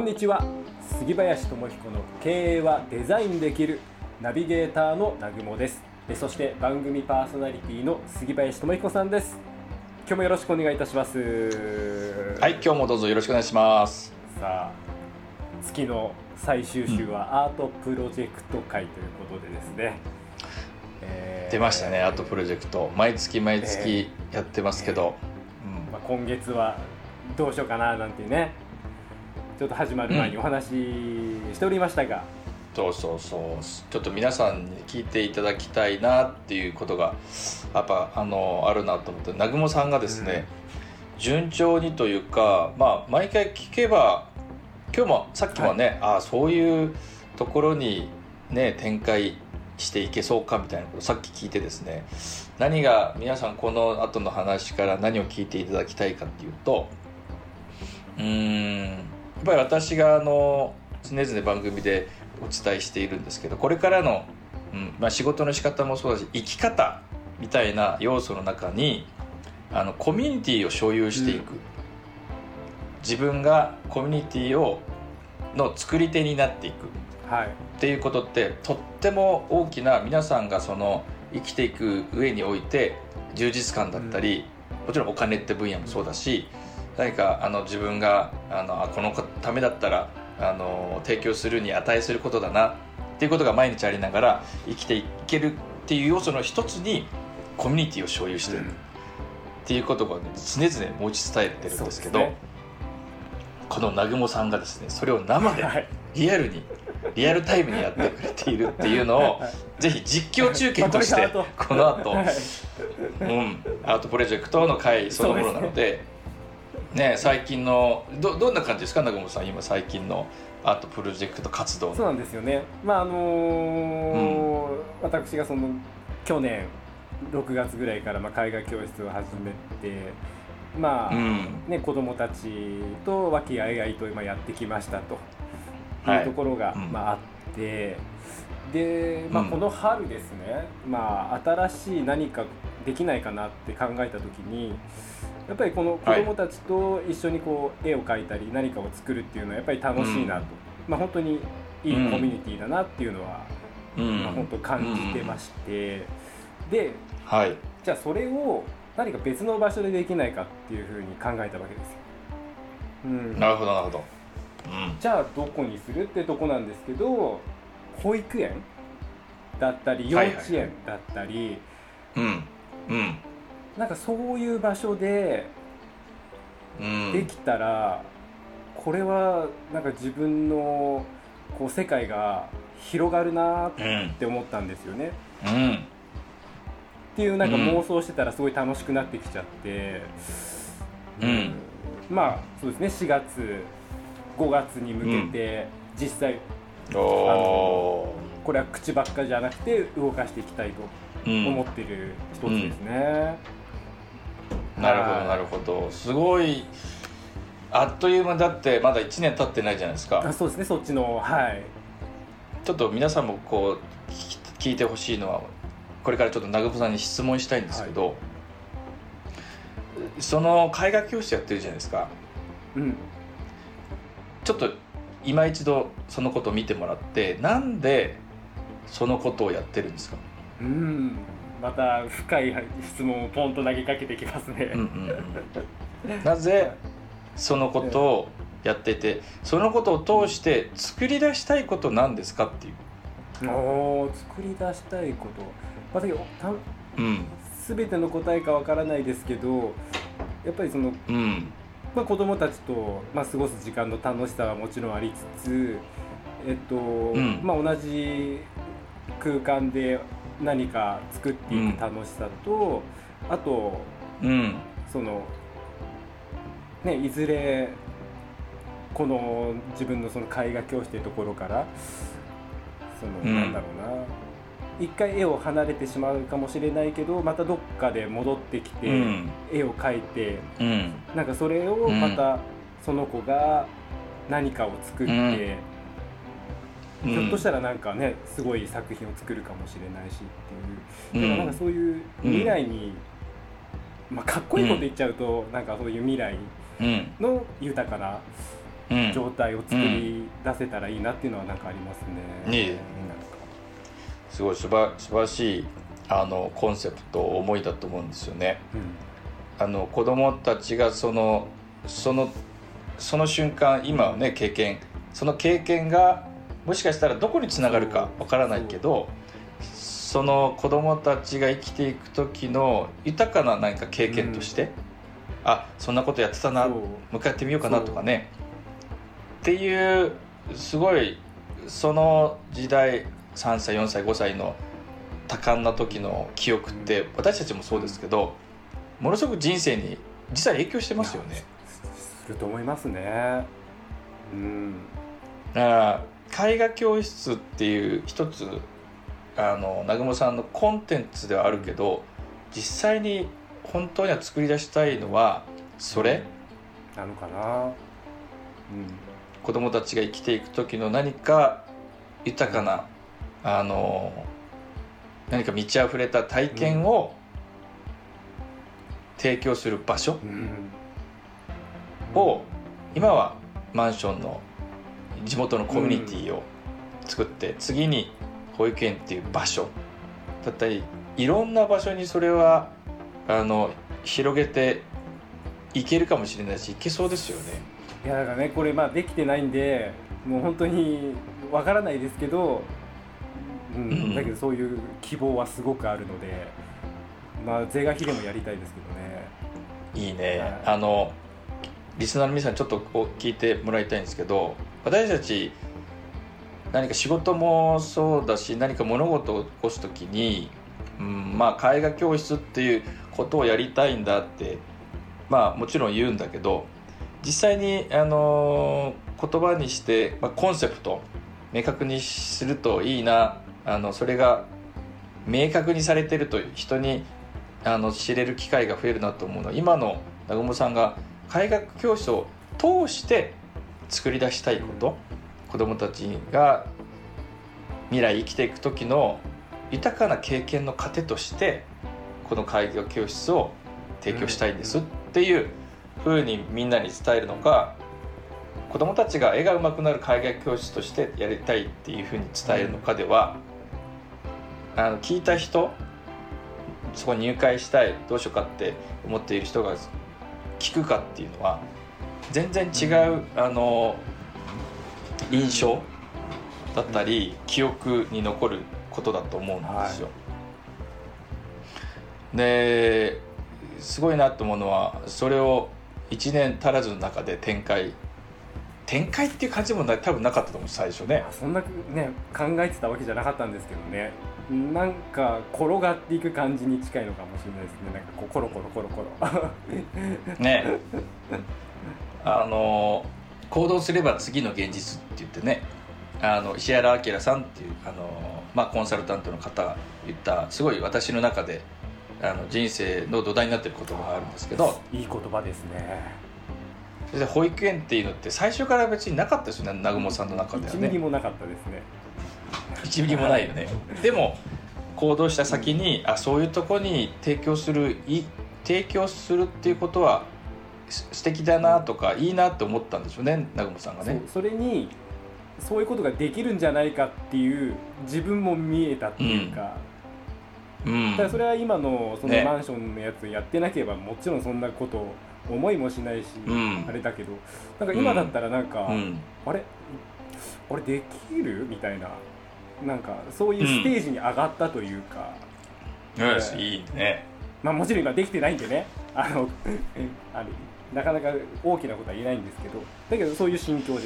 にちは。杉林智彦の経営はデザインできるナビゲーターの南雲です。そして番組パーソナリティの杉林智彦さんです。今日もよろしくお願いいたします。 はい、今日もどうぞよろしくお願いします。 さあ、月の最終週はアートプロジェクト会ということでですね、 出ましたね、アートプロジェクト毎月やってますけど、 今月はどうしようかななんてね、ちょっと始まる前にお話ししておりましたが、 そうちょっと皆さんに聞いていただきたいなっていうことがやっぱあるなと思って、南雲さんがですね、順調にというか、毎回聞けば今日もさっきもね、そういうところにね展開していけそうかみたいなことをさっき聞いてですね、何が皆さんこの後の話から何を聞いていただきたいかっていうと、やっぱり私が常々番組でお伝えしているんですけど、これからの、仕事の仕方もそうだし生き方みたいな要素の中にコミュニティを所有していく、自分がコミュニティの作り手になっていく、っていうことってとっても大きな、皆さんがその生きていく上において充実感だったり、もちろんお金って分野もそうだし、何か自分がこのためだったら提供するに値することだなっていうことが毎日ありながら生きていけるっていう要素の一つにコミュニティを所有しているっていうことを、常々持ち伝えてるんですけど、この南雲さんがですね、それを生でリアルタイムにやってくれているっていうのをぜひ実況中継としてこの後、アートプロジェクトの会そのものなのでね、最近のどんな感じですか、南雲さん、今最近のアートプロジェクト活動。 そうなんですよね。私がその去年6月ぐらいから絵画教室を始めて、子どもたちと和気あいあいと今やってきましたというところが、あって、で、この春ですね、新しい何かできないかなって考えた時に、やっぱりこの子どもたちと一緒に絵を描いたり何かを作るっていうのはやっぱり楽しいなと、本当にいいコミュニティだなっていうのは、本当感じてまして、で、じゃあそれを何か別の場所でできないかっていうふうに考えたわけですよ。 なるほど、 じゃあどこにするってとこなんですけど、保育園だったり幼稚園だったり、なんかそういう場所でできたら、これはなんか自分の世界が広がるなって思ったんですよね。っていうなんか妄想してたらすごい楽しくなってきちゃって、そうですね、4月5月に向けて実際、これは口ばっかじゃなくて動かしていきたいと思ってる一つですね。 なるほど、すごいあっという間だって、まだ1年経ってないじゃないですか。 そうですね、そっちのちょっと皆さんも聞いてほしいのは、これからちょっと南雲さんに質問したいんですけど、その絵画教室やってるじゃないですか。ちょっと今一度そのことを見てもらって、なんでそのことをやってるんですか？ また深い質問をポンと投げかけてきますね。 なぜそのことをやってて、そのことを通して作り出したいことなんですかっていう。 作り出したいこと、全ての答えかわからないですけど、やっぱりその、子どもたちと、過ごす時間の楽しさはもちろんありつつ、同じ空間で何か作っていく楽しさと、あと、そのね、いずれこの自分のその絵画教室というところからなんだろうな、一回絵を離れてしまうかもしれないけど、またどっかで戻ってきて、絵を描いて、なんかそれをまたその子が何かを作って、ひょっとしたらなんかね、すごい作品を作るかもしれないしっていう、なんかそういう未来に、かっこいいこと言っちゃうと、なんかそういう未来の豊かな状態を作り出せたらいいなっていうのはなんかありますね。 すごい素晴らしいコンセプト思いだと思うんですよね。子どもたちがその瞬間今はねその経験がもしかしたらどこにつながるかわからないけど、その子どもたちが生きていく時の豊かな何か経験として、そんなことやってたな、もう一回やってみようかなとかねっていう、すごいその時代3歳4歳5歳の多感な時の記憶って、私たちもそうですけどものすごく人生に実は影響してますよね。 すると思いますね。 だから絵画教室っていう一つ南雲さんのコンテンツではあるけど、実際に本当には作り出したいのはそれなのかな。 子供たちが生きていく時の何か豊かな何か満ち溢れた体験を提供する場所を、今はマンションの地元のコミュニティを作って、次に保育園っていう場所だったり、いろんな場所にそれは広げていけるかもしれないし、いけそうですよね。 いやだからね、これできてないんでもう本当にわからないですけど、だけどそういう希望はすごくあるので、是が非でもやりたいですけどね。 いいね。リスナーの皆さんちょっと聞いてもらいたいんですけど、私たち何か仕事もそうだし、何か物事を起こすときに、絵画教室っていうことをやりたいんだってもちろん言うんだけど、実際に言葉にして、コンセプト明確にするといいな。それが明確にされてると人に知れる機会が増えるなと思うのは、今の南雲さんが絵画教室を通して作り出したいこと、子どもたちが未来生きていく時の豊かな経験の糧としてこの絵画教室を提供したいんですっていう風にみんなに伝えるのか、子どもたちが絵が上手くなる絵画教室としてやりたいっていう風に伝えるのかでは、聞いた人、そこに入会したい、どうしようかって思っている人が聞くかっていうのは全然違う印象だったり記憶に残ることだと思うんですよ。ですごいなと思うのは、それを1年足らずの中で展開っていう感じも多分なかったと思う、最初ね。 そんなね考えてたわけじゃなかったんですけどね。なんか転がっていく感じに近いのかもしれないですね。なんかこうコロコロコロコロね行動すれば次の現実って言ってね、石原明さんっていうコンサルタントの方が言った、すごい私の中で人生の土台になっている言葉があるんですけど、 いい言葉ですね。 そして保育園っていうのって最初から別になかったですよね、南雲さんの中ではね。 1ミリもなかったですね。 1ミリもないよね。でも行動した先に、そういうとこに提供するっていうことは素敵だなとか、いいなって思ったんでしょうね、南雲さんがね。 それにそういうことができるんじゃないかっていう自分も見えたっていうか、だからそれは今のそのマンションのやつやってなければもちろんそんなこと思いもしないし、あれだけど、なんか今だったらなんか、あれできるみたいな、なんかそういうステージに上がったというか、 いいね。 もちろん今できてないんでね、なかなか大きなことは言えないんですけど、だけどそういう心境です。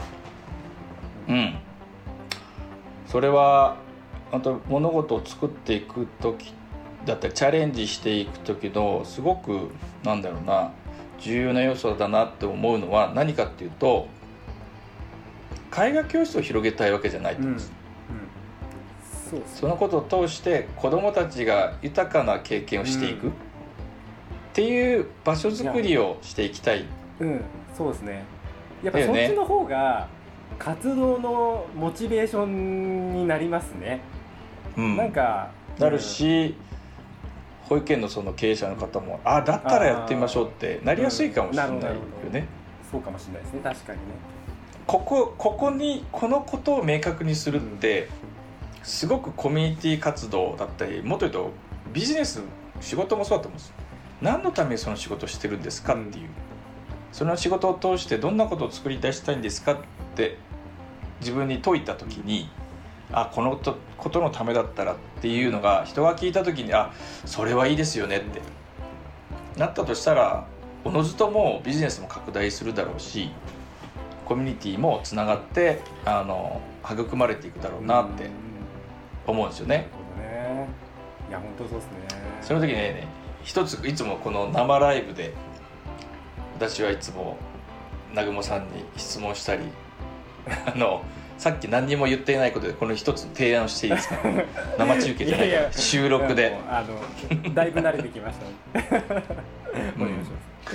それはあと物事を作っていく時だったりチャレンジしていく時のすごく重要な要素だなって思うのは何かっていうと、絵画教室を広げたいわけじゃないと思うんです。そのことを通して子どもたちが豊かな経験をしていくっていう場所づくりをしていきたい。 そうですね。やっぱそっちの方が活動のモチベーションになりますね。なんかなるし、保育園のその経営者の方もだったらやってみましょうってなりやすいかもしれないよね。 そうかもしれないですね。確かにね。 ここにこのことを明確にするって、すごくコミュニティ活動だったり、もっと言うとビジネス仕事もそうだと思うんです。何のためにその仕事をしてるんですかっていう、その仕事を通してどんなことを作り出したいんですかって自分に問いた時に、このことのためだったらっていうのが人が聞いた時に、それはいいですよねってなったとしたら、おのずともビジネスも拡大するだろうし、コミュニティもつながって育まれていくだろうなって思うんですよね。 なるほどね。いや本当そうですね。 その時ね、一ついつもこの生ライブで私はいつも南雲さんに質問したりさっき何にも言っていないことでこの一つ提案していいですか？生中継じゃないから収録でだいぶ慣れてきましたね。お願いします。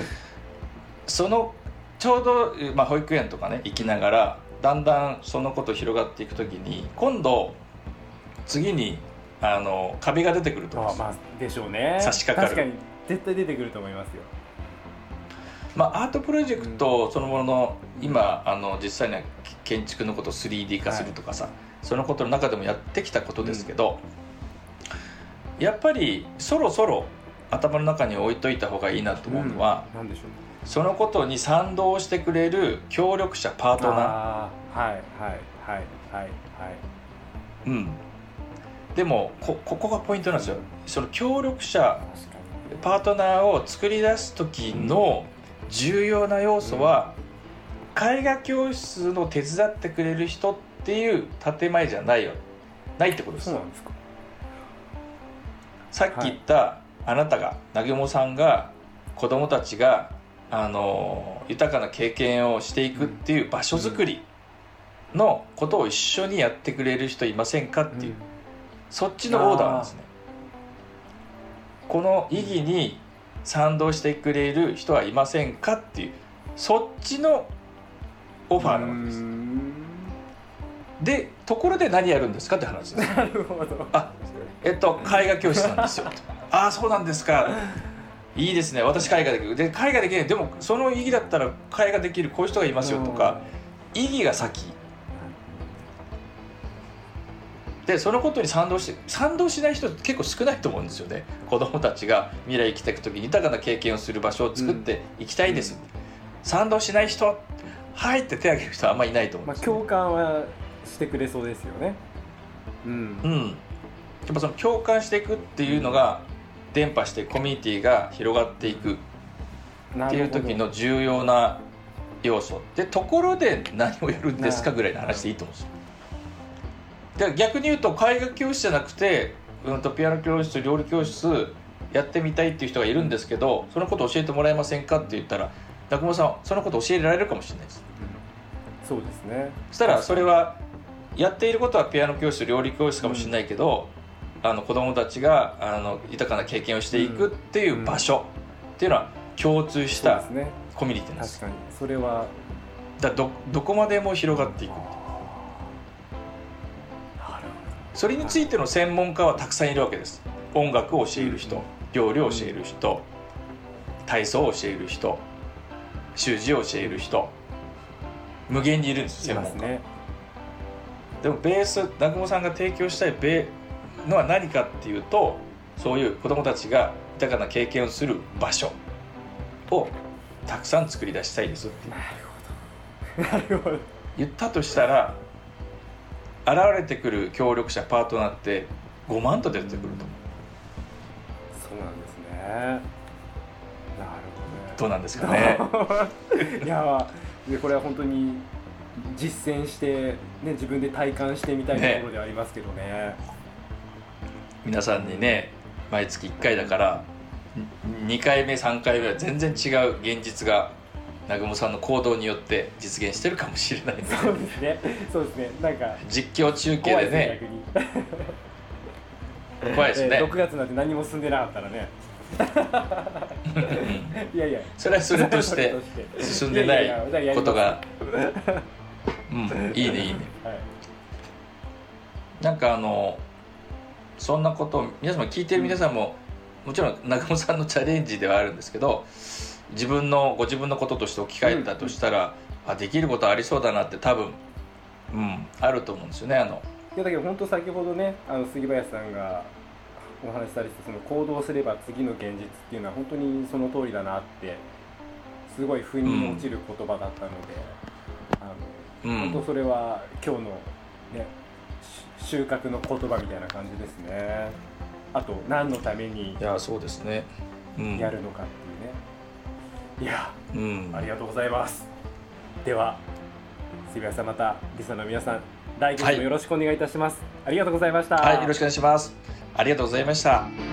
そのちょうど、保育園とかね行きながらだんだんそのこと広がっていくときに、今度次に壁が出てくると思うんですよ。 でしょうね。 差し掛かる。 確かに絶対出てくると思いますよ。 アートプロジェクトそのものの、今実際には建築のことを 3D 化するとかさ、そのことの中でもやってきたことですけど、やっぱりそろそろ頭の中に置いといた方がいいなと思うのは、 何でしょう。 そのことに賛同してくれる協力者、パートナー。 はいはいはいはいはい。 でもここがポイントなんですよ。その協力者、パートナーを作り出す時の重要な要素は、絵画教室の手伝ってくれる人っていう建前じゃないってことです。 そうなんですか。 さっき言った、あなたが南雲さんが子どもたちが豊かな経験をしていくっていう場所づくりのことを一緒にやってくれる人いませんかっていう、そっちのオーダーなんですね。この意義に賛同してくれる人はいませんかっていう、そっちのオファーなわけです。で、ところで何やるんですかって話です。 なるほど。 絵画教室なんですよ。そうなんですか。いいですね。私絵画できる。で、絵画できない。でもその意義だったら絵画できるこういう人がいますよとか、意義が先で、そのことに賛同しない人って結構少ないと思うんですよね。子どもたちが未来生きていくときに豊かな経験をする場所を作っていきたいです、賛同しない人、はいって手を挙げる人はあんまりいないと思うんですよ、 共感はしてくれそうですよね。 やっぱその共感していくっていうのが伝播してコミュニティが広がっていくっていう時の重要な要素で、ところで何をやるんですかぐらいの話でいいと思うんですよ。で、逆に言うと絵画教室じゃなくて、ピアノ教室、料理教室やってみたいっていう人がいるんですけど、そのこと教えてもらえませんかって言ったら、南雲さんそのこと教えられるかもしれないです。 そうですね。 そしたらそれはやっていることはピアノ教室、料理教室かもしれないけど、子どもたちが豊かな経験をしていくっていう場所っていうのは共通したコミュニティなんです。 確かにそれはどこまでも広がっていく。それについての専門家はたくさんいるわけです。音楽を教える人、料理を教える人、体操を教える人、習字を教える人、無限にいるんです、専門家。でもベース、南雲さんが提供したいのは何かっていうと、そういう子どもたちが豊かな経験をする場所をたくさん作り出したいですっていう。 なるほど。 言ったとしたら、現れてくる協力者、パートナーって5万と出てくると思う。 そうなんですね。なるほどね。 どうなんですかね。 いや、これは本当に実践して、ね、自分で体感してみたいところではありますけどね。 皆さんにね、毎月1回だから2回目3回目は全然違う現実が南雲さんの行動によって実現してるかもしれないので。 そうですね、そうですね。なんか実況中継でね、怖いですね。 6月なんて何も進んでなかったらね。いやいや、 それはそれとして進んでないことが、いいねいいね、はい、なんかそんなことを皆様聞いてる皆さんも、 もちろん中本さんのチャレンジではあるんですけど、ご自分のこととして置き換えたとしたら、できることありそうだなって多分、あると思うんですよね。 いやだけど本当先ほどね杉林さんがお話しされてたその行動すれば次の現実っていうのは本当にその通りだなってすごい腑に落ちる言葉だったので、本当それは今日のね収穫の言葉みたいな感じですね。あと何のためにそうですね、 やるのかっていうね。いや、ありがとうございます。では杉林さん、またリスナーの皆さん来月もよろしくお願いいたします。ありがとうございました。 よろしくお願いします。ありがとうございました。